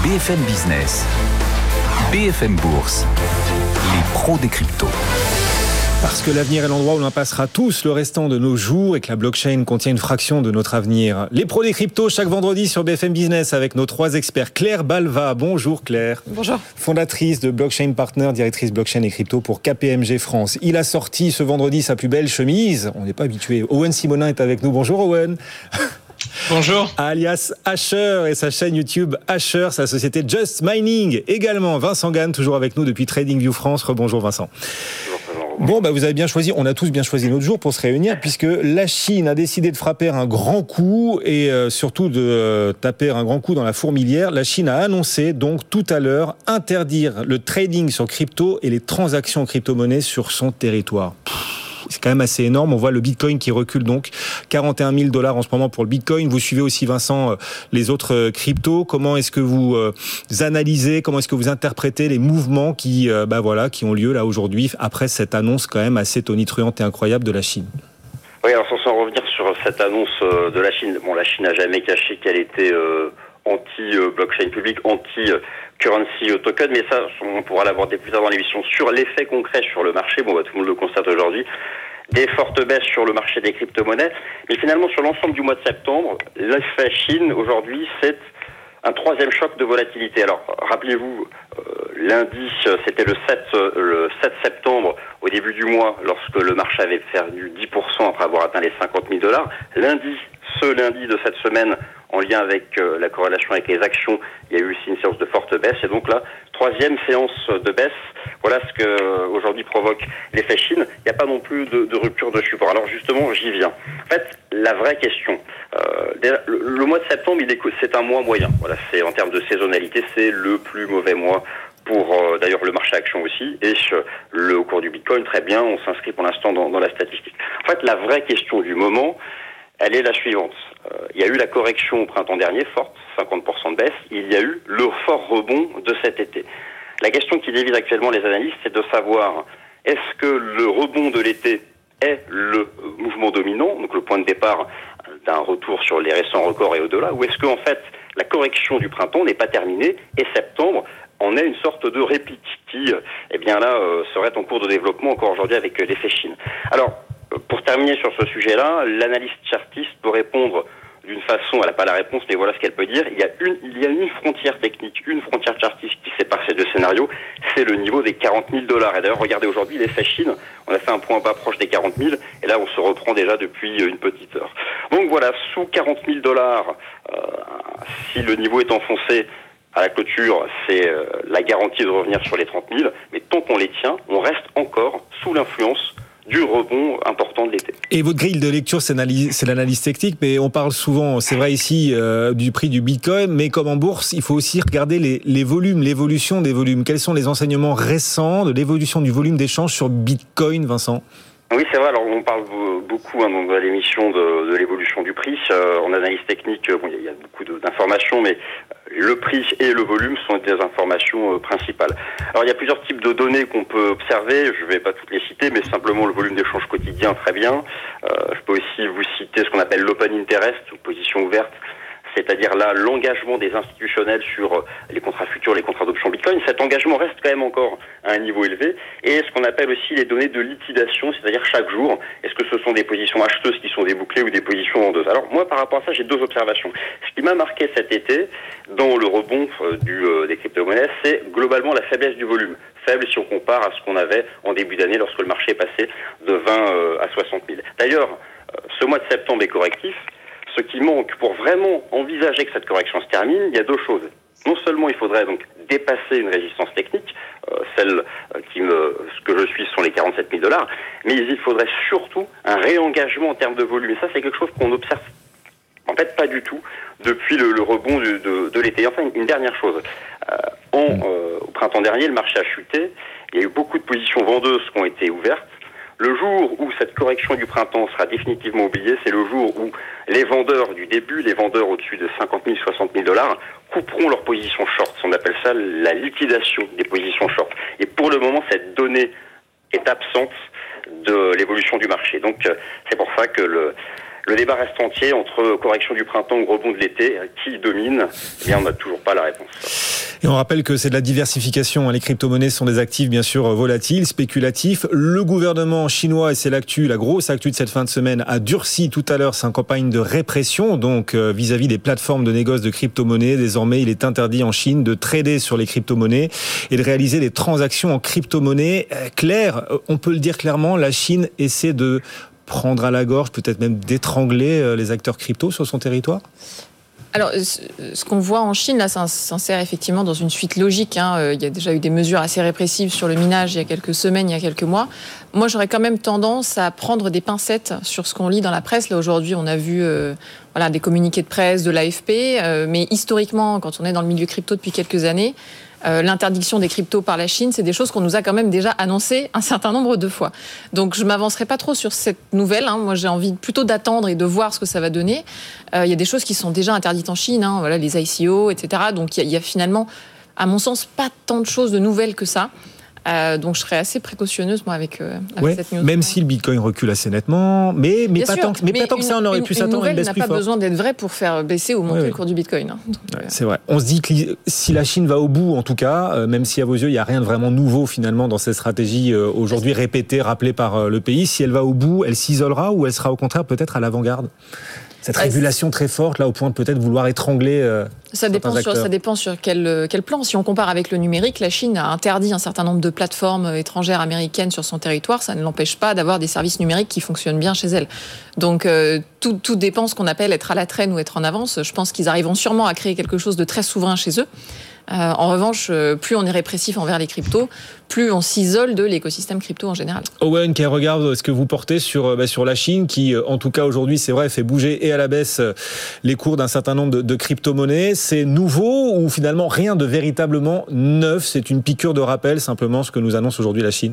BFM Business, BFM Bourse, les pros des cryptos. Parce que l'avenir est l'endroit où l'on passera tous le restant de nos jours et que la blockchain contient une fraction de notre avenir. Les pros des cryptos chaque vendredi sur BFM Business avec nos trois experts. Claire Balva, bonjour Claire. Bonjour. Fondatrice de Blockchain Partner, directrice blockchain et crypto pour KPMG France. Il a sorti ce vendredi sa plus belle chemise. On n'est pas habitué. Owen Simonin est avec nous. Bonjour Owen. Bonjour. Alias Asher et sa chaîne YouTube Asher, sa société Just Mining. Également Vincent Gann, toujours avec nous depuis TradingView France. Rebonjour Vincent. Bon, vous avez bien choisi, on a tous bien choisi notre jour pour se réunir, puisque la Chine a décidé de frapper un grand coup et surtout de taper un grand coup dans la fourmilière. La Chine a annoncé donc tout à l'heure interdire le trading sur crypto et les transactions en crypto-monnaie sur son territoire. C'est quand même assez énorme. On voit le Bitcoin qui recule donc 41 000 $ en ce moment pour le Bitcoin. Vous suivez aussi, Vincent, les autres cryptos. Comment est-ce que vous analysez, comment est-ce que vous interprétez les mouvements qui ont lieu là aujourd'hui après cette annonce quand même assez tonitruante et incroyable de la Chine? Oui, alors sans revenir sur cette annonce de la Chine. Bon, la Chine n'a jamais caché qu'elle était anti-blockchain public, anti-currency token, mais ça, on pourra l'aborder plus tard dans l'émission. Sur l'effet concret sur le marché, tout le monde le constate aujourd'hui, des fortes baisses sur le marché des crypto-monnaies, mais finalement sur l'ensemble du mois de septembre, l'effet Chine aujourd'hui, c'est un troisième choc de volatilité. Alors, rappelez-vous, lundi, c'était le 7 septembre, au début du mois, lorsque le marché avait perdu 10% après avoir atteint les 50 000 $. Ce lundi de cette semaine, en lien avec la corrélation avec les actions, il y a eu aussi une séance de forte baisse. Et donc là, troisième séance de baisse. Voilà ce que aujourd'hui provoque l'effet Chine. Il n'y a pas non plus de rupture de support. Alors justement, j'y viens. En fait, la vraie question, le mois de septembre, c'est un mois moyen. Voilà, c'est en termes de saisonnalité, c'est le plus mauvais mois pour d'ailleurs le marché action aussi, et le cours du Bitcoin, très bien, on s'inscrit pour l'instant dans la statistique. En fait, la vraie question du moment, elle est la suivante. Il y a eu la correction au printemps dernier, forte, 50% de baisse. Il y a eu le fort rebond de cet été. La question qui divise actuellement les analystes, c'est de savoir est-ce que le rebond de l'été est le mouvement dominant, donc le point de départ d'un retour sur les récents records et au-delà, ou est-ce qu'en fait la correction du printemps n'est pas terminée et septembre en est une sorte de réplique qui, serait en cours de développement encore aujourd'hui avec l'effet Chine. Alors, pour terminer sur ce sujet-là, l'analyste chartiste peut répondre d'une façon, elle n'a pas la réponse, mais voilà ce qu'elle peut dire. Il y a une frontière technique, une frontière chartiste qui sépare ces deux scénarios, c'est le niveau des 40 000 $. Et d'ailleurs, regardez aujourd'hui l'effet Chine, on a fait un point bas proche des 40 000, et là on se reprend déjà depuis une petite heure. Donc voilà, sous 40 000 $, si le niveau est enfoncé à la clôture, c'est la garantie de revenir sur les 30 000, mais tant qu'on les tient, on reste encore sous l'influence du rebond important de l'été. Et votre grille de lecture, c'est l'analyse technique, mais on parle souvent, c'est vrai ici, du prix du Bitcoin, mais comme en bourse, il faut aussi regarder les volumes, l'évolution des volumes. Quels sont les enseignements récents de l'évolution du volume d'échange sur Bitcoin, Vincent ? Oui, c'est vrai. Alors, on parle beaucoup dans l'émission de l'évolution du prix. En analyse technique, il y a beaucoup d'informations, mais le prix et le volume sont des informations principales. Alors, il y a plusieurs types de données qu'on peut observer. Je ne vais pas toutes les citer, mais simplement le volume d'échange quotidien, très bien. Je peux aussi vous citer ce qu'on appelle l'open interest, ou position ouverte. C'est-à-dire là, l'engagement des institutionnels sur les contrats futurs, les contrats d'option Bitcoin. Cet engagement reste quand même encore à un niveau élevé. Et ce qu'on appelle aussi les données de liquidation, c'est-à-dire chaque jour, est-ce que ce sont des positions acheteuses qui sont débouclées ou des positions vendeuses? Alors moi, par rapport à ça, j'ai deux observations. Ce qui m'a marqué cet été, dans le rebond des crypto-monnaies, c'est globalement la faiblesse du volume. Faible si on compare à ce qu'on avait en début d'année lorsque le marché est passé de 20 à 60 000. D'ailleurs, ce mois de septembre est correctif. Ce qui manque pour vraiment envisager que cette correction se termine, il y a deux choses. Non seulement il faudrait donc dépasser une résistance technique, celle ce que je suis sont les 47 000 $, mais il faudrait surtout un réengagement en termes de volume. Et ça, c'est quelque chose qu'on observe en fait pas du tout depuis le rebond de l'été. Enfin, une dernière chose. Au printemps dernier, le marché a chuté. Il y a eu beaucoup de positions vendeuses qui ont été ouvertes. Le jour où cette correction du printemps sera définitivement oubliée, c'est le jour où les vendeurs du début, les vendeurs au-dessus de 50 000, 60 000 $, couperont leurs positions short. On appelle ça la liquidation des positions short. Et pour le moment, cette donnée est absente de l'évolution du marché. Donc, c'est pour ça que le débat reste entier entre correction du printemps ou rebond de l'été. Qui domine? Eh bien, on n'a toujours pas la réponse. Et on rappelle que c'est de la diversification. Les crypto-monnaies sont des actifs bien sûr volatiles, spéculatifs. Le gouvernement chinois, et c'est la grosse actu de cette fin de semaine, a durci tout à l'heure sa campagne de répression donc vis-à-vis des plateformes de négoce de crypto-monnaies. Désormais, il est interdit en Chine de trader sur les crypto-monnaies et de réaliser des transactions en crypto-monnaies. Claire, on peut le dire clairement, la Chine essaie de prendre à la gorge, peut-être même d'étrangler les acteurs crypto sur son territoire ? Alors, ce qu'on voit en Chine, là, ça s'insère effectivement dans une suite logique. Il y a déjà eu des mesures assez répressives sur le minage il y a quelques semaines, il y a quelques mois. Moi, j'aurais quand même tendance à prendre des pincettes sur ce qu'on lit dans la presse. Là, aujourd'hui, on a vu des communiqués de presse, de l'AFP. Mais historiquement, quand on est dans le milieu crypto depuis quelques années, l'interdiction des cryptos par la Chine, c'est des choses qu'on nous a quand même déjà annoncées un certain nombre de fois. Donc je ne m'avancerai pas trop sur cette nouvelle. Moi, j'ai envie plutôt d'attendre et de voir ce que ça va donner. Il y a des choses qui sont déjà interdites en Chine, les ICO, etc. Donc il y a finalement, à mon sens, pas tant de choses de nouvelles que ça. Donc je serais assez précautionneuse moi avec cette news. Même si le Bitcoin recule assez nettement, mais pas tant que ça, on aurait pu s'attendre à une baisse plus forte. Une nouvelle n'a pas besoin d'être vraie pour faire baisser ou monter le cours du Bitcoin. C'est vrai. On se dit que si la Chine va au bout, en tout cas, même si à vos yeux il n'y a rien de vraiment nouveau finalement dans cette stratégie aujourd'hui répétée, rappelée par le pays, si elle va au bout, elle s'isolera ou elle sera au contraire peut-être à l'avant-garde ? Cette régulation très forte, là, au point de peut-être vouloir étrangler ça dépend sur quel plan. Si on compare avec le numérique, la Chine a interdit un certain nombre de plateformes étrangères américaines sur son territoire. Ça ne l'empêche pas d'avoir des services numériques qui fonctionnent bien chez elle. Donc, tout dépend ce qu'on appelle être à la traîne ou être en avance. Je pense qu'ils arriveront sûrement à créer quelque chose de très souverain chez eux. En revanche, plus on est répressif envers les cryptos, plus on s'isole de l'écosystème crypto en général. Owen, quel regard est-ce que vous portez sur la Chine qui, en tout cas aujourd'hui, c'est vrai, fait bouger et à la baisse les cours d'un certain nombre de crypto-monnaies. C'est nouveau ou finalement rien de véritablement neuf ? C'est une piqûre de rappel simplement ce que nous annonce aujourd'hui la Chine ?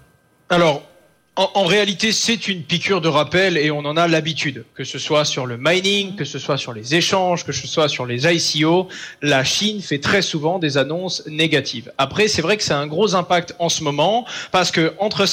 Alors, en réalité, c'est une piqûre de rappel et on en a l'habitude. Que ce soit sur le mining, que ce soit sur les échanges, que ce soit sur les ICO, la Chine fait très souvent des annonces négatives. Après, c'est vrai que ça a un gros impact en ce moment parce que entre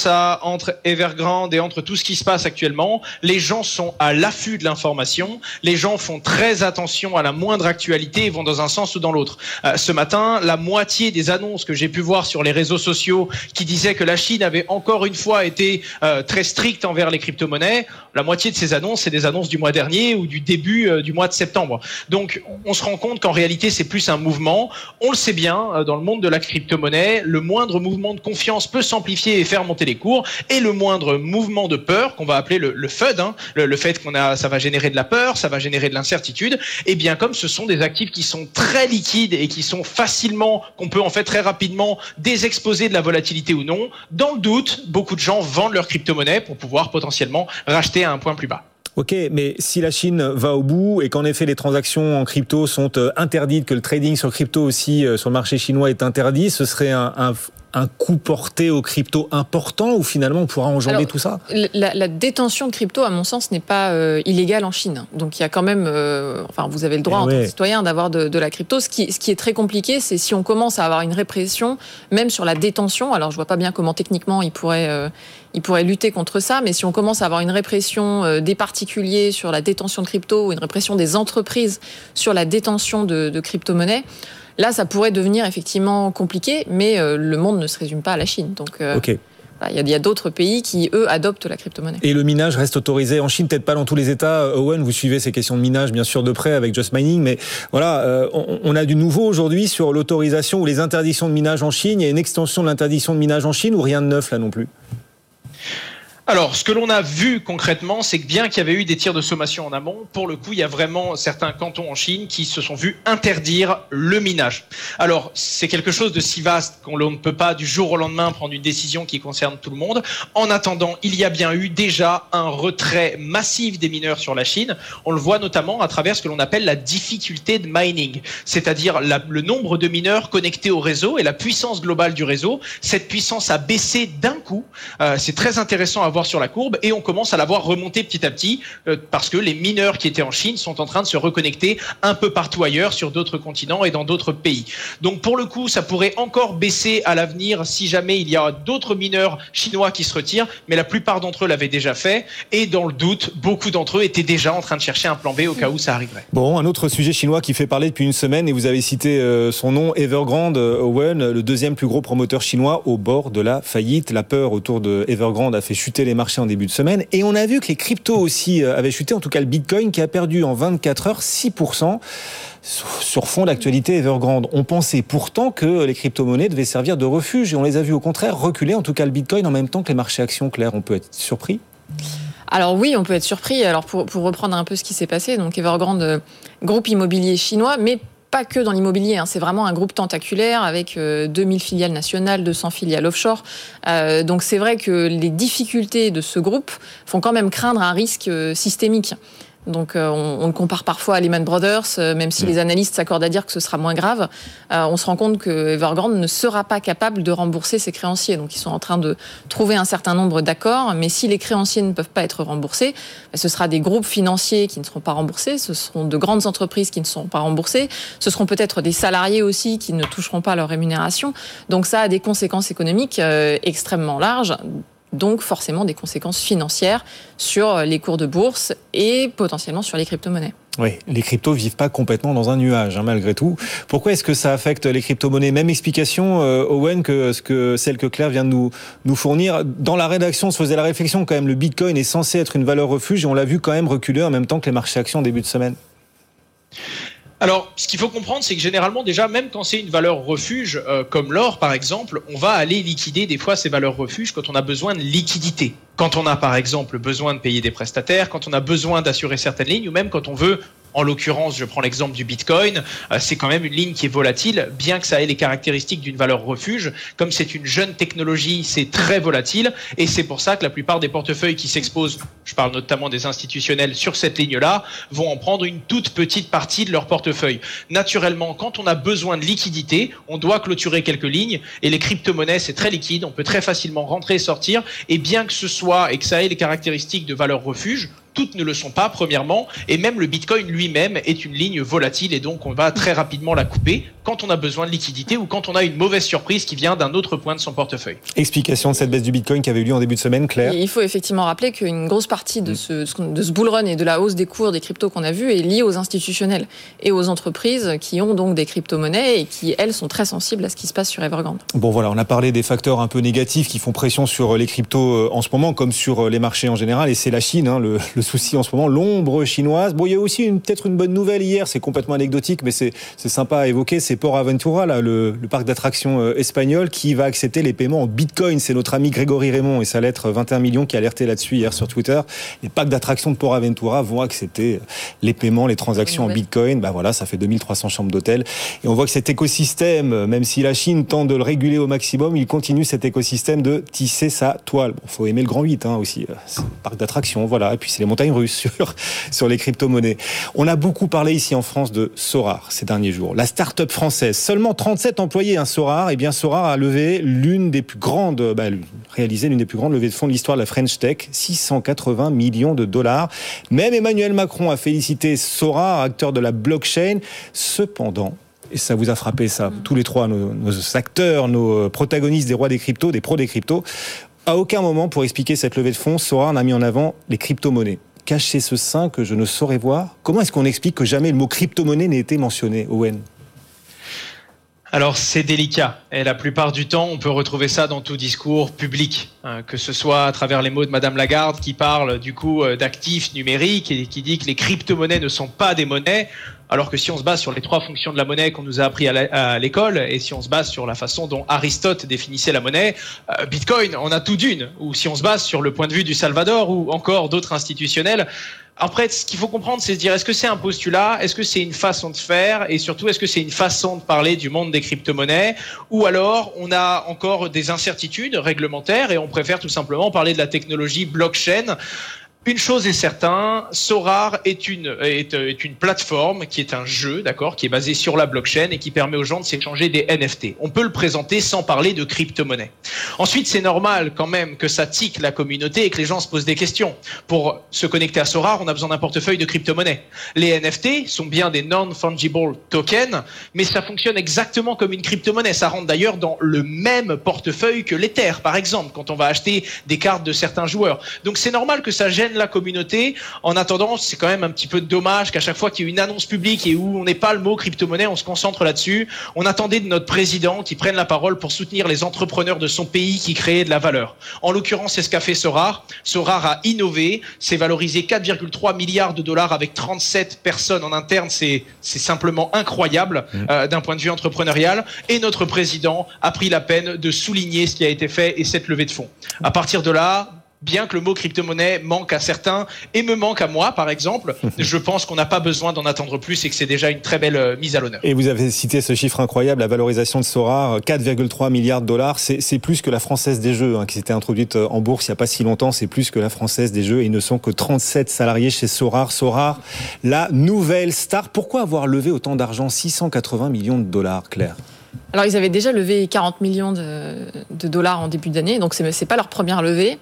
Evergrande et entre tout ce qui se passe actuellement, les gens sont à l'affût de l'information, les gens font très attention à la moindre actualité et vont dans un sens ou dans l'autre. Ce matin, la moitié des annonces que j'ai pu voir sur les réseaux sociaux qui disaient que la Chine avait encore une fois été très stricte envers les crypto-monnaies. La moitié de ces annonces, c'est des annonces du mois dernier ou du début du mois de septembre. Donc, on se rend compte qu'en réalité, c'est plus un mouvement. On le sait bien, dans le monde de la crypto-monnaie, le moindre mouvement de confiance peut s'amplifier et faire monter les cours. Et le moindre mouvement de peur, qu'on va appeler le FUD, le fait ça va générer de la peur, ça va générer de l'incertitude. Et bien, comme ce sont des actifs qui sont très liquides et qui sont qu'on peut en fait très rapidement désexposer de la volatilité ou non, dans le doute, beaucoup de gens vendent leur crypto-monnaie pour pouvoir potentiellement racheter à un point plus bas. Ok, mais si la Chine va au bout et qu'en effet les transactions en crypto sont interdites, que le trading sur crypto aussi sur le marché chinois est interdit, ce serait un coup porté aux cryptos important ou finalement on pourra enjamber tout ça ? La détention de crypto, à mon sens, n'est pas illégale en Chine. Donc il y a quand même, vous avez le droit en tant que citoyen d'avoir de la crypto. Ce qui est très compliqué, c'est si on commence à avoir une répression, même sur la détention. Alors je vois pas bien comment techniquement il pourrait lutter contre ça, mais si on commence à avoir une répression des particuliers sur la détention de crypto ou une répression des entreprises sur la détention de crypto-monnaies, là, ça pourrait devenir effectivement compliqué, mais le monde ne se résume pas à la Chine. Donc, il y a d'autres pays qui, eux, adoptent la crypto-monnaie. Et le minage reste autorisé en Chine, peut-être pas dans tous les États. Owen, vous suivez ces questions de minage, bien sûr, de près avec Just Mining, mais voilà, on a du nouveau aujourd'hui sur l'autorisation ou les interdictions de minage en Chine. Il y a une extension de l'interdiction de minage en Chine ou rien de neuf là non plus ? Alors, ce que l'on a vu concrètement, c'est que bien qu'il y avait eu des tirs de sommation en amont, pour le coup, il y a vraiment certains cantons en Chine qui se sont vus interdire le minage. Alors, c'est quelque chose de si vaste qu'on ne peut pas du jour au lendemain prendre une décision qui concerne tout le monde. En attendant, il y a bien eu déjà un retrait massif des mineurs sur la Chine. On le voit notamment à travers ce que l'on appelle la difficulté de mining, c'est-à-dire le nombre de mineurs connectés au réseau et la puissance globale du réseau. Cette puissance a baissé d'un coup. C'est très intéressant à voir voir sur la courbe, et on commence à la voir remonter petit à petit parce que les mineurs qui étaient en Chine sont en train de se reconnecter un peu partout ailleurs sur d'autres continents et dans d'autres pays. Donc pour le coup, ça pourrait encore baisser à l'avenir si jamais il y a d'autres mineurs chinois qui se retirent, mais la plupart d'entre eux l'avaient déjà fait, et dans le doute, beaucoup d'entre eux étaient déjà en train de chercher un plan B au cas où ça arriverait. Bon, un autre sujet chinois qui fait parler depuis une semaine, et vous avez cité son nom, Evergrande, Owen, le deuxième plus gros promoteur chinois au bord de la faillite. La peur autour de Evergrande a fait chuter les marchés en début de semaine, et on a vu que les cryptos aussi avaient chuté, en tout cas le Bitcoin qui a perdu en 24 heures 6% sur fond d'actualité Evergrande. On pensait pourtant que les crypto-monnaies devaient servir de refuge, et on les a vus au contraire reculer, en tout cas le Bitcoin en même temps que les marchés actions. Claire, on peut être surpris ? Alors oui, on peut être surpris. Alors pour reprendre un peu ce qui s'est passé, donc Evergrande, groupe immobilier chinois, mais pas que dans l'immobilier, hein. C'est vraiment un groupe tentaculaire avec 2000 filiales nationales, 200 filiales offshore. Donc c'est vrai que les difficultés de ce groupe font quand même craindre un risque systémique. Donc on le compare parfois à Lehman Brothers, même si les analystes s'accordent à dire que ce sera moins grave. On se rend compte que Evergrande ne sera pas capable de rembourser ses créanciers. Donc ils sont en train de trouver un certain nombre d'accords, mais si les créanciers ne peuvent pas être remboursés, ce sera des groupes financiers qui ne seront pas remboursés, ce seront de grandes entreprises qui ne seront pas remboursées, ce seront peut-être des salariés aussi qui ne toucheront pas leur rémunération. Donc ça a des conséquences économiques extrêmement larges. Donc forcément des conséquences financières sur les cours de bourse et potentiellement sur les crypto-monnaies. Oui, les cryptos vivent pas complètement dans un nuage, malgré tout. Pourquoi est-ce que ça affecte les crypto-monnaies ? Même explication, Owen, que celle que Claire vient de nous fournir. Dans la rédaction, on se faisait la réflexion quand même, le Bitcoin est censé être une valeur refuge, et on l'a vu quand même reculer en même temps que les marchés actions en début de semaine. Alors, ce qu'il faut comprendre, c'est que généralement, déjà, même quand c'est une valeur refuge, comme l'or, par exemple, on va aller liquider des fois ces valeurs refuges quand on a besoin de liquidité. Quand on a, par exemple, besoin de payer des prestataires, quand on a besoin d'assurer certaines lignes, ou même quand on veut, en l'occurrence, je prends l'exemple du Bitcoin, c'est quand même une ligne qui est volatile, bien que ça ait les caractéristiques d'une valeur refuge. Comme c'est une jeune technologie, c'est très volatile, et c'est pour ça que la plupart des portefeuilles qui s'exposent, je parle notamment des institutionnels, sur cette ligne-là, vont en prendre une toute petite partie de leur portefeuille. Naturellement, quand on a besoin de liquidité, on doit clôturer quelques lignes, et les crypto-monnaies, c'est très liquide, on peut très facilement rentrer et sortir, et bien que ce soit, et que ça ait les caractéristiques de valeur refuge, toutes ne le sont pas, premièrement, et même le Bitcoin lui-même est une ligne volatile, et donc on va très rapidement la couper quand on a besoin de liquidité ou quand on a une mauvaise surprise qui vient d'un autre point de son portefeuille. Explication de cette baisse du Bitcoin qui avait eu lieu en début de semaine, Claire. Il faut effectivement rappeler qu'une grosse partie de ce bull run et de la hausse des cours des cryptos qu'on a vu est liée aux institutionnels et aux entreprises qui ont donc des crypto-monnaies et qui, elles, sont très sensibles à ce qui se passe sur Evergrande. Bon voilà, on a parlé des facteurs un peu négatifs qui font pression sur les cryptos en ce moment, comme sur les marchés en général, et c'est la Chine, le souci en ce moment, l'ombre chinoise. Bon, il y a aussi peut-être une bonne nouvelle hier, c'est complètement anecdotique, mais c'est sympa à évoquer, c'est Port Aventura, là, le parc d'attractions espagnol qui va accepter les paiements en Bitcoin. C'est notre ami Grégory Raymond et sa lettre 21 millions qui a alerté là-dessus hier sur Twitter. Les parcs d'attractions de Port Aventura vont accepter les paiements, les transactions en Bitcoin. Ben voilà, ça fait 2300 chambres d'hôtel. Et on voit que cet écosystème, même si la Chine tente de le réguler au maximum, il continue cet écosystème de tisser sa toile. Bon, faut aimer le Grand 8 aussi. C'est un parc d'attractions, voilà. Et puis c'est les montagnes russes sur les crypto-monnaies. On a beaucoup parlé ici en France de Sorare ces derniers jours. La start-up française, seulement 37 employés, Sorare. Eh bien, Sorare a levé réalisé l'une des plus grandes levées de fonds de l'histoire de la French Tech, 680 millions de dollars. Même Emmanuel Macron a félicité Sorare, acteur de la blockchain. Cependant, et ça vous a frappé ça, tous les trois, nos acteurs, nos protagonistes des rois des cryptos, des pros des cryptos, à aucun moment, pour expliquer cette levée de fonds, Sorare n'a mis en avant les crypto-monnaies. Cachez ce sein que je ne saurais voir. Comment est-ce qu'on explique que jamais le mot crypto-monnaie n'ait été mentionné, Owen ? Alors c'est délicat, et la plupart du temps on peut retrouver ça dans tout discours public, que ce soit à travers les mots de Madame Lagarde qui parle du coup d'actifs numériques et qui dit que les crypto-monnaies ne sont pas des monnaies, alors que si on se base sur les 3 fonctions de la monnaie qu'on nous a appris à l'école, et si on se base sur la façon dont Aristote définissait la monnaie, Bitcoin en a tout d'une, ou si on se base sur le point de vue du Salvador ou encore d'autres institutionnels. Après, ce qu'il faut comprendre, c'est se dire, est-ce que c'est un postulat, est-ce que c'est une façon de faire, et surtout, est-ce que c'est une façon de parler du monde des crypto-monnaies, ou alors on a encore des incertitudes réglementaires et on préfère tout simplement parler de la technologie blockchain. Une chose est certaine, Sorare est une plateforme qui est un jeu, d'accord, qui est basé sur la blockchain et qui permet aux gens de s'échanger des NFT. On peut le présenter sans parler de crypto-monnaie. Ensuite, c'est normal quand même que ça tique la communauté et que les gens se posent des questions. Pour se connecter à Sorare, on a besoin d'un portefeuille de crypto-monnaie. Les NFT sont bien des non-fungible tokens, mais ça fonctionne exactement comme une crypto-monnaie. Ça rentre d'ailleurs dans le même portefeuille que l'Ether, par exemple, quand on va acheter des cartes de certains joueurs. Donc c'est normal que ça gêne la communauté. En attendant, c'est quand même un petit peu dommage qu'à chaque fois qu'il y a une annonce publique et où on n'est pas le mot crypto-monnaie, on se concentre là-dessus. On attendait de notre président qu'il prenne la parole pour soutenir les entrepreneurs de son pays qui créaient de la valeur. En l'occurrence, c'est ce qu'a fait Sorare. Sorare a innové, c'est valorisé 4,3 milliards de dollars avec 37 personnes en interne. C'est simplement incroyable d'un point de vue entrepreneurial. Et notre président a pris la peine de souligner ce qui a été fait et cette levée de fonds. À partir de là, bien que le mot crypto-monnaie manque à certains et me manque à moi, par exemple, je pense qu'on n'a pas besoin d'en attendre plus et que c'est déjà une très belle mise à l'honneur. Et vous avez cité ce chiffre incroyable, la valorisation de Sorare, 4,3 milliards de dollars. C'est plus que la Française des Jeux, qui s'était introduite en bourse il n'y a pas si longtemps. C'est plus que la Française des Jeux. Et ils ne sont que 37 salariés chez Sorare. Sorare, la nouvelle star. Pourquoi avoir levé autant d'argent, 680 millions de dollars, Claire ? Alors, ils avaient déjà levé 40 millions de dollars en début d'année, donc c'est pas leur première levée.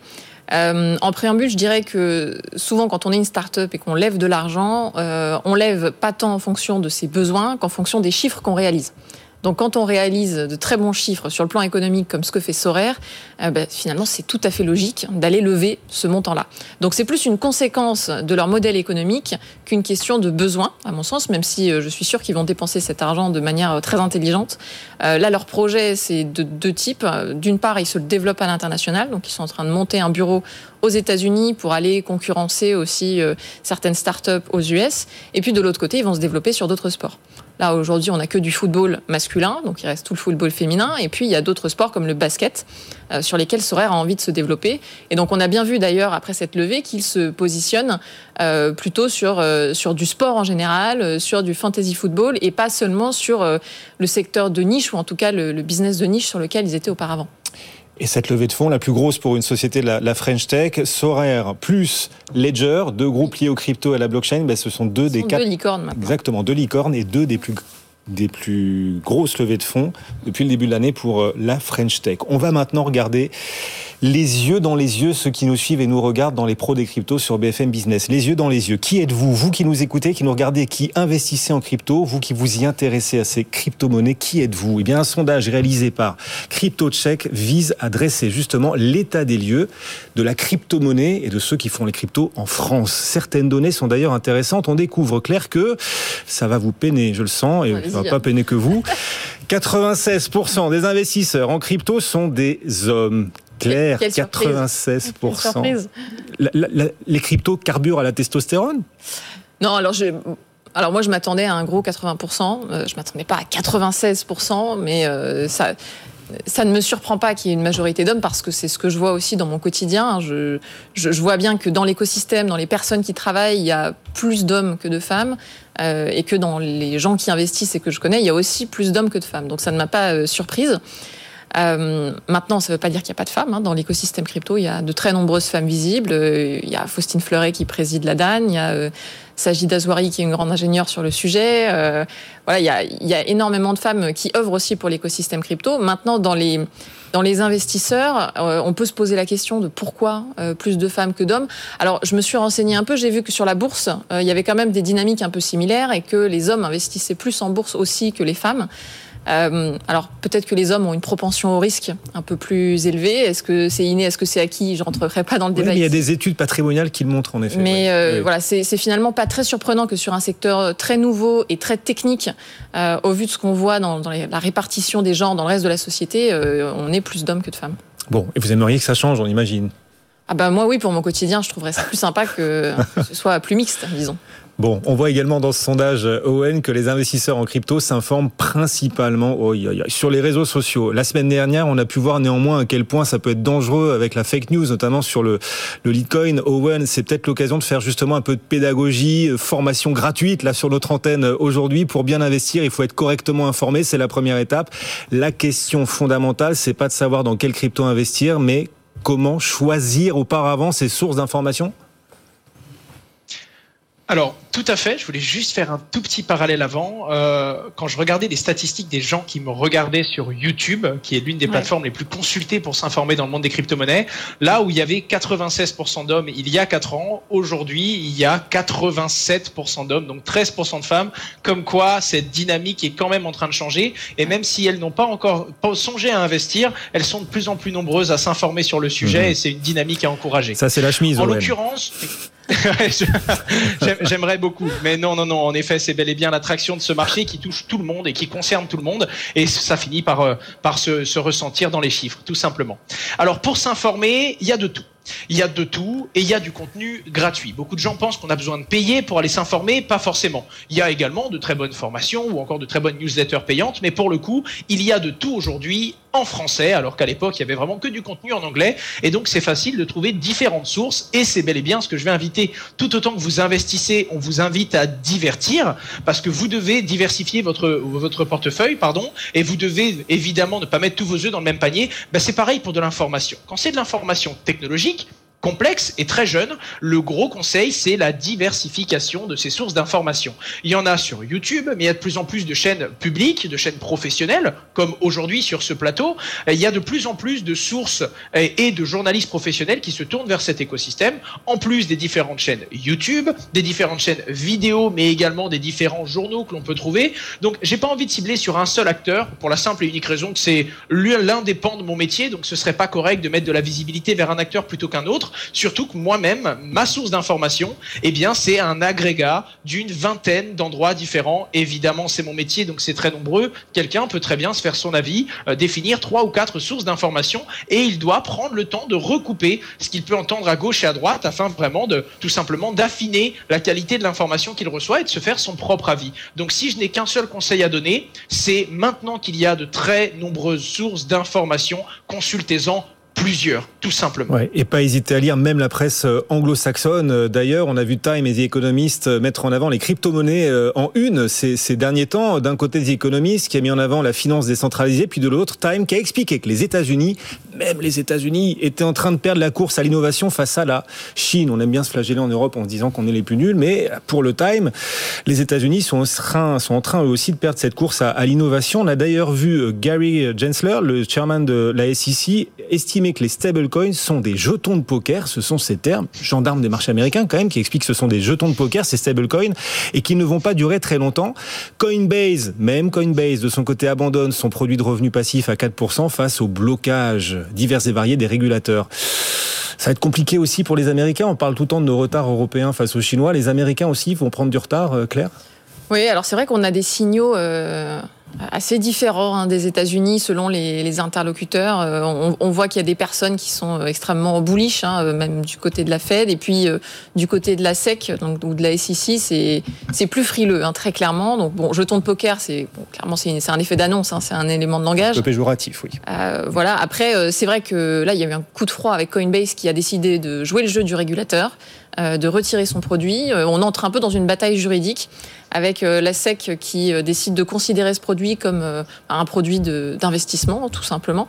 En préambule, je dirais que souvent, quand on est une start-up et qu'on lève de l'argent, on lève pas tant en fonction de ses besoins qu'en fonction des chiffres qu'on réalise. Donc, quand on réalise de très bons chiffres sur le plan économique, comme ce que fait Sorare, finalement, c'est tout à fait logique d'aller lever ce montant-là. Donc, c'est plus une conséquence de leur modèle économique qu'une question de besoin, à mon sens, même si je suis sûre qu'ils vont dépenser cet argent de manière très intelligente. Là, leur projet, c'est de deux types. D'une part, ils se développent à l'international, donc ils sont en train de monter un bureau aux États-Unis pour aller concurrencer aussi certaines startups aux US. Et puis, de l'autre côté, ils vont se développer sur d'autres sports. Là, aujourd'hui, on n'a que du football masculin, donc il reste tout le football féminin. Et puis, il y a d'autres sports comme le basket, sur lesquels Sorare a envie de se développer. Et donc, on a bien vu d'ailleurs, après cette levée, qu'il se positionne plutôt sur du sport en général, sur du fantasy football, et pas seulement sur le secteur de niche, ou en tout cas le business de niche sur lequel ils étaient auparavant. Et cette levée de fonds, la plus grosse pour une société de la French Tech, Sorare plus Ledger, deux groupes liés aux crypto et à la blockchain, ce sont deux licornes maintenant. Exactement, deux licornes et deux des plus grosses levées de fonds depuis le début de l'année pour la French Tech. On va maintenant regarder les yeux dans les yeux ceux qui nous suivent et nous regardent dans les pros des cryptos sur BFM Business. Les yeux dans les yeux. Qui êtes-vous ? Vous qui nous écoutez, qui nous regardez, qui investissez en crypto, vous qui vous y intéressez à ces crypto-monnaies, qui êtes-vous ? Eh bien, un sondage réalisé par CryptoCheck vise à dresser justement l'état des lieux de la crypto-monnaie et de ceux qui font les cryptos en France. Certaines données sont d'ailleurs intéressantes. On découvre, Claire, que ça va vous peiner, je le sens, et ça va pas peiner que vous. 96% des investisseurs en crypto sont des hommes. Claire, 96%. Les cryptos carburent à la testostérone ? Non, alors moi je m'attendais à un gros 80%. Je m'attendais pas à 96%, mais ça ne me surprend pas qu'il y ait une majorité d'hommes parce que c'est ce que je vois aussi dans mon quotidien. Je vois bien que dans l'écosystème, dans les personnes qui travaillent, il y a plus d'hommes que de femmes et que dans les gens qui investissent et que je connais, il y a aussi plus d'hommes que de femmes. Donc ça ne m'a pas surprise. Maintenant, ça ne veut pas dire qu'il n'y a pas de femmes. Dans l'écosystème crypto, il y a de très nombreuses femmes visibles. Il y a Faustine Fleuret qui préside la DAN. Il y a Sajid Azouari qui est une grande ingénieure sur le sujet. Il y a énormément de femmes qui œuvrent aussi pour l'écosystème crypto. Maintenant, dans les investisseurs, on peut se poser la question de pourquoi plus de femmes que d'hommes. Alors, je me suis renseignée un peu. J'ai vu que sur la bourse, il y avait quand même des dynamiques un peu similaires et que les hommes investissaient plus en bourse aussi que les femmes. Alors peut-être que les hommes ont une propension au risque un peu plus élevée. Est-ce que c'est inné ? Est-ce que c'est acquis ? Je rentrerai pas dans le débat. Il y a des études patrimoniales qui le montrent en effet. Mais voilà, c'est finalement pas très surprenant que sur un secteur très nouveau et très technique, au vu de ce qu'on voit dans la répartition des genres dans le reste de la société, on est plus d'hommes que de femmes. Bon, et vous aimeriez que ça change, on imagine ? Moi oui, pour mon quotidien, je trouverais ça plus sympa que ce soit plus mixte, disons. Bon, on voit également dans ce sondage Owen que les investisseurs en crypto s'informent principalement sur les réseaux sociaux. La semaine dernière, on a pu voir néanmoins à quel point ça peut être dangereux avec la fake news, notamment sur le Litecoin. Owen, c'est peut-être l'occasion de faire justement un peu de pédagogie, formation gratuite là sur notre antenne aujourd'hui. Pour bien investir, il faut être correctement informé, c'est la première étape. La question fondamentale, c'est pas de savoir dans quelle crypto investir, mais comment choisir auparavant ces sources d'informations ? Alors, tout à fait. Je voulais juste faire un tout petit parallèle avant. Quand je regardais les statistiques des gens qui me regardaient sur YouTube, qui est l'une des plateformes les plus consultées pour s'informer dans le monde des crypto-monnaies, là où il y avait 96% d'hommes il y a 4 ans, aujourd'hui, il y a 87% d'hommes, donc 13% de femmes. Comme quoi, cette dynamique est quand même en train de changer. Et même si elles n'ont pas encore songé à investir, elles sont de plus en plus nombreuses à s'informer sur le sujet et c'est une dynamique à encourager. Ça, c'est la chemise. En l'occurrence... J'aimerais beaucoup, mais non. En effet, c'est bel et bien l'attraction de ce marché qui touche tout le monde et qui concerne tout le monde, et ça finit par se ressentir dans les chiffres, tout simplement. Alors, pour s'informer, il y a de tout. Il y a de tout et il y a du contenu gratuit. Beaucoup de gens pensent qu'on a besoin de payer pour aller s'informer, pas forcément. Il y a également de très bonnes formations ou encore de très bonnes newsletters payantes, mais pour le coup, il y a de tout aujourd'hui en français, alors qu'à l'époque, il y avait vraiment que du contenu en anglais, et donc c'est facile de trouver différentes sources, et c'est bel et bien ce que je vais inviter. Tout autant que vous investissez, on vous invite à divertir, parce que vous devez diversifier votre portefeuille, et vous devez évidemment ne pas mettre tous vos œufs dans le même panier. C'est pareil pour de l'information. Quand c'est de l'information technologique, complexe et très jeune, le gros conseil, c'est la diversification de ces sources d'information. Il y en a sur YouTube, mais il y a de plus en plus de chaînes publiques, de chaînes professionnelles, comme aujourd'hui sur ce plateau. Il y a de plus en plus de sources et de journalistes professionnels qui se tournent vers cet écosystème, en plus des différentes chaînes YouTube, des différentes chaînes vidéo, mais également des différents journaux que l'on peut trouver. Donc, j'ai pas envie de cibler sur un seul acteur, pour la simple et unique raison que c'est l'un des pans de mon métier, donc ce serait pas correct de mettre de la visibilité vers un acteur plutôt qu'un autre. Surtout que moi-même, ma source d'information, c'est un agrégat d'une vingtaine d'endroits différents. Évidemment, c'est mon métier, donc c'est très nombreux. Quelqu'un peut très bien se faire son avis, définir 3 ou 4 sources d'information, et il doit prendre le temps de recouper ce qu'il peut entendre à gauche et à droite afin vraiment tout simplement d'affiner la qualité de l'information qu'il reçoit et de se faire son propre avis. Donc si je n'ai qu'un seul conseil à donner, c'est maintenant qu'il y a de très nombreuses sources d'information, consultez-en plusieurs, tout simplement. Ouais, et pas hésiter à lire même la presse anglo-saxonne. D'ailleurs, on a vu Time et The Economist mettre en avant les crypto-monnaies en une ces derniers temps. D'un côté, The Economist qui a mis en avant la finance décentralisée, puis de l'autre, Time qui a expliqué que les États-Unis, même les États-Unis, étaient en train de perdre la course à l'innovation face à la Chine. On aime bien se flageller en Europe en se disant qu'on est les plus nuls, mais pour le Time, les États-Unis sont en train eux aussi de perdre cette course à l'innovation. On a d'ailleurs vu Gary Gensler, le chairman de la SEC, estimer que les stablecoins sont des jetons de poker, ce sont ces termes, gendarmes des marchés américains quand même, qui expliquent que ce sont des jetons de poker, ces stablecoins, et qu'ils ne vont pas durer très longtemps. Coinbase de son côté abandonne son produit de revenu passif à 4% face au blocage divers et variés des régulateurs. Ça va être compliqué aussi pour les Américains. On parle tout le temps de nos retards européens face aux Chinois. Les Américains aussi vont prendre du retard, Claire ? Oui, alors c'est vrai qu'on a des signaux assez différents des États-Unis selon les interlocuteurs. On voit qu'il y a des personnes qui sont extrêmement bullish, même du côté de la Fed, et puis du côté de la SEC, donc ou de la SEC, c'est plus frileux, très clairement. Donc bon, jeton de poker, clairement c'est un effet d'annonce, c'est un élément de langage. Un peu péjoratif, oui. Voilà. Après, c'est vrai que là, il y a eu un coup de froid avec Coinbase qui a décidé de jouer le jeu du régulateur, de retirer son produit. On entre un peu dans une bataille juridique avec la SEC qui décide de considérer ce produit comme un produit d'investissement, tout simplement.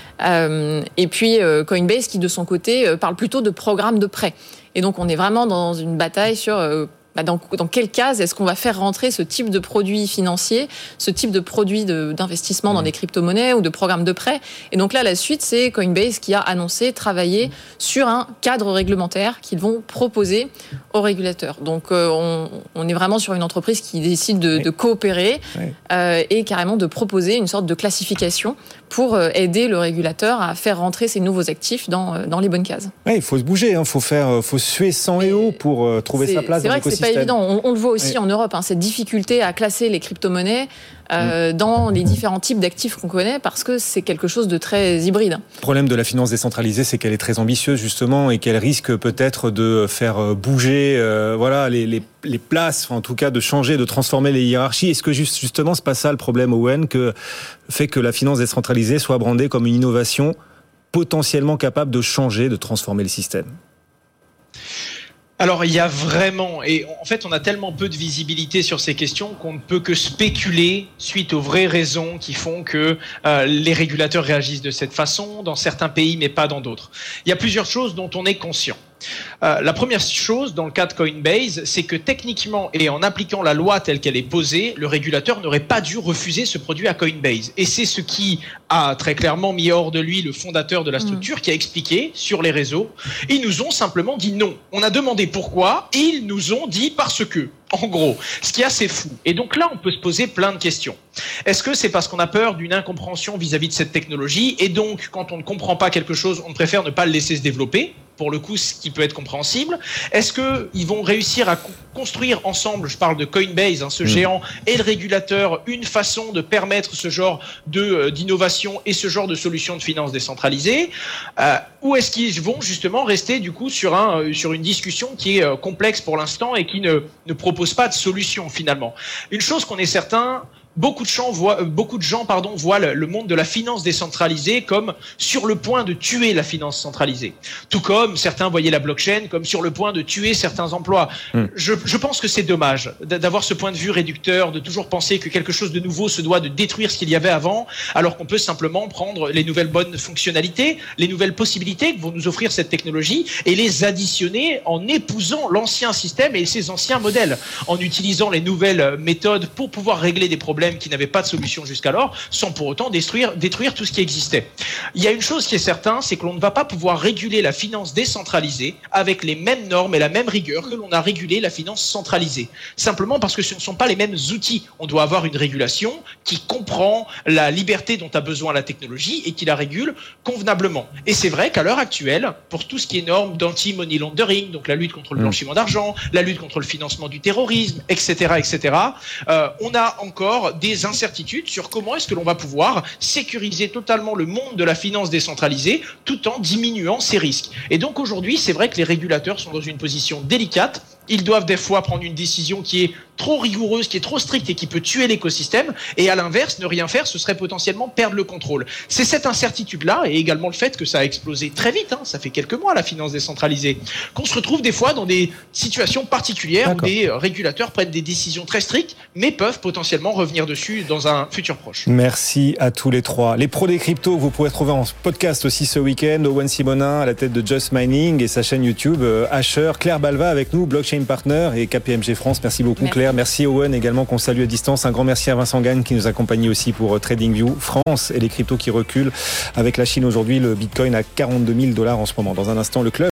Et puis Coinbase qui, de son côté, parle plutôt de programme de prêt. Et donc, on est vraiment dans une bataille sur... dans quelle case est-ce qu'on va faire rentrer ce type de produit financier, ce type de produit d'investissement dans des crypto-monnaies ou de programmes de prêt. Et donc là, la suite, c'est Coinbase qui a annoncé travailler sur un cadre réglementaire qu'ils vont proposer aux régulateurs. Donc on est vraiment sur une entreprise qui décide de coopérer et carrément de proposer une sorte de classification pour aider le régulateur à faire rentrer ces nouveaux actifs dans les bonnes cases. Ouais, il faut se bouger, faut suer sang et eau pour trouver sa place dans l'écosystème. C'est pas évident. On le voit aussi en Europe, cette difficulté à classer les crypto-monnaies dans les différents types d'actifs qu'on connaît, parce que c'est quelque chose de très hybride. Le problème de la finance décentralisée, c'est qu'elle est très ambitieuse justement et qu'elle risque peut-être de faire bouger les places, en tout cas de changer, de transformer les hiérarchies. Est-ce que justement c'est pas ça le problème, Owen, que fait que la finance décentralisée soit brandée comme une innovation potentiellement capable de changer, de transformer le système? Alors, il y a vraiment, et en fait, on a tellement peu de visibilité sur ces questions qu'on ne peut que spéculer suite aux vraies raisons qui font que les régulateurs réagissent de cette façon, dans certains pays, mais pas dans d'autres. Il y a plusieurs choses dont on est conscient. La première chose dans le cas de Coinbase, c'est que techniquement et en appliquant la loi telle qu'elle est posée, le régulateur n'aurait pas dû refuser ce produit à Coinbase. Et c'est ce qui a très clairement mis hors de lui le fondateur de la structure qui a expliqué sur les réseaux. Ils nous ont simplement dit non. On a demandé pourquoi et ils nous ont dit parce que. En gros, ce qui est assez fou. Et donc là, on peut se poser plein de questions. Est-ce que c'est parce qu'on a peur d'une incompréhension vis-à-vis de cette technologie et donc, quand on ne comprend pas quelque chose, on préfère ne pas le laisser se développer, pour le coup, ce qui peut être compréhensible. Est-ce qu'ils vont réussir à construire ensemble, je parle de Coinbase, ce géant, et le régulateur, une façon de permettre ce genre d'innovation et ce genre de solution de finances décentralisées, ou est-ce qu'ils vont justement rester du coup sur une discussion qui est complexe pour l'instant et qui ne propose pas de solution finalement. Une chose qu'on est certain, beaucoup de gens voient le monde de la finance décentralisée comme sur le point de tuer la finance centralisée. Tout comme certains voyaient la blockchain comme sur le point de tuer certains emplois. Je pense que c'est dommage d'avoir ce point de vue réducteur, de toujours penser que quelque chose de nouveau se doit de détruire ce qu'il y avait avant, alors qu'on peut simplement prendre les nouvelles bonnes fonctionnalités, les nouvelles possibilités que vont nous offrir cette technologie et les additionner en épousant l'ancien système et ses anciens modèles, en utilisant les nouvelles méthodes pour pouvoir régler des problèmes qui n'avaient pas de solution jusqu'alors, sans pour autant détruire tout ce qui existait. Il y a une chose qui est certaine, c'est que l'on ne va pas pouvoir réguler la finance décentralisée avec les mêmes normes et la même rigueur que l'on a régulé la finance centralisée. Simplement parce que ce ne sont pas les mêmes outils. On doit avoir une régulation qui comprend la liberté dont a besoin la technologie et qui la régule convenablement. Et c'est vrai qu'à l'heure actuelle, pour tout ce qui est normes d'anti-money laundering, donc la lutte contre le blanchiment d'argent, la lutte contre le financement du terrorisme, etc., on a encore des incertitudes sur comment est-ce que l'on va pouvoir sécuriser totalement le monde de la finance décentralisée tout en diminuant ses risques. Et donc aujourd'hui, c'est vrai que les régulateurs sont dans une position délicate. Ils doivent des fois prendre une décision qui est trop rigoureuse, qui est trop stricte et qui peut tuer l'écosystème. Et à l'inverse, ne rien faire, ce serait potentiellement perdre le contrôle. C'est cette incertitude-là et également le fait que ça a explosé très vite, ça fait quelques mois la finance décentralisée, qu'on se retrouve des fois dans des situations particulières où des régulateurs prennent des décisions très strictes, mais peuvent potentiellement revenir dessus dans un futur proche. Merci à tous les trois. Les pros des cryptos, vous pouvez retrouver en podcast aussi ce week-end. Owen Simonin à la tête de Just Mining et sa chaîne YouTube Asher. Claire Balva avec nous, blockchain partner et KPMG France. Merci beaucoup Claire. Merci Owen également qu'on salue à distance. Un grand merci à Vincent Gagne qui nous accompagne aussi pour TradingView France et les cryptos qui reculent avec la Chine aujourd'hui. Le Bitcoin à $42 000 en ce moment. Dans un instant, le club.